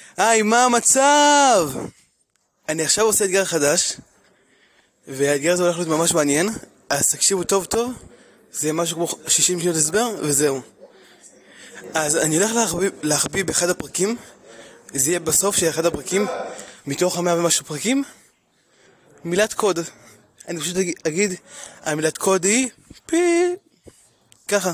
היי, מה המצב? אני עכשיו עושה אתגר חדש, והאתגר הזה הולך להיות ממש מעניין, אז תקשיבו טוב טוב, זה משהו כמו 60 שניות הסבר, וזהו. אז אני הולך להחביא באחד הפרקים, זה יהיה בסוף של אחד הפרקים, מתוך 100 ומשהו פרקים, מילת קוד. אני פשוט אגיד, המילת קוד היא פי, ככה.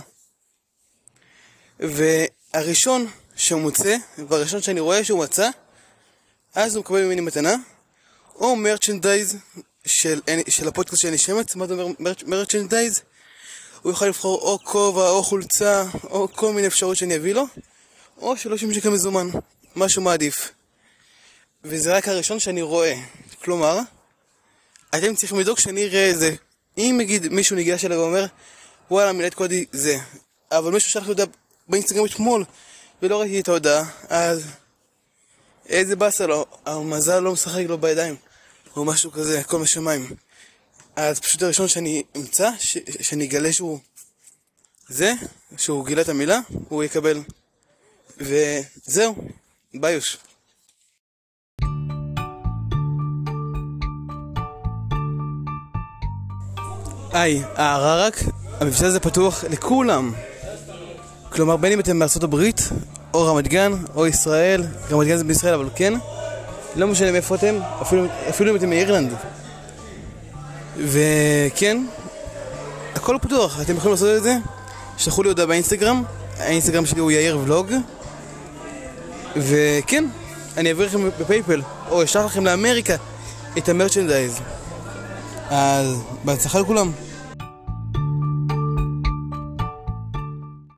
והראשון שהוא מוצא, והראשון שאני רואה שהוא מצא, אז הוא מקבל ממני מתנה, או מרצ'נדייז של הפודקאסט שאני שמץ. מה זה אומר מרצ'נדייז? הוא יכול לבחור או כובע, או חולצה, או כל מיני אפשרות שאני אביא לו, או שלא שימוש כמזומן, משהו מעדיף. וזה רק הראשון שאני רואה. כלומר, אתם צריכים לדאוג שאני אראה את זה. אם נגיד מישהו ניגש אליו ואומר, וואלה, מילת קוד היא זה, אבל מישהו שלח לי הודעה באינסטגרם אתמול, ולא ראיתי את ההודעה, אז איזה באסה לו, המזל לא משחק לו בידיים, או משהו כזה, כל משמיים. אז פשוט הראשון שאני אמצא, שאני אגלה שהוא זה, שהוא גילה את המילה, הוא יקבל. וזהו, ביוש. היי, הערה רק, המבצע הזה פתוח לכולם. כלומר, בין אם אתם מארצות הברית, או רמת גן, או ישראל. רמת גן זה בישראל, אבל כן. לא משנה מאיפה אתם, אפילו אם אתם מאירלנד. וכן, הכל פתוח, אתם יכולים לעשות את זה. שלחו לי הודעה באינסטגרם, האינסטגרם שלי הוא יאיר ולוג. וכן, אני אעביר לכם בפייפל, או אשלח לכם לאמריקה את המרצ'נדייז. אז בהצלחה לכולם.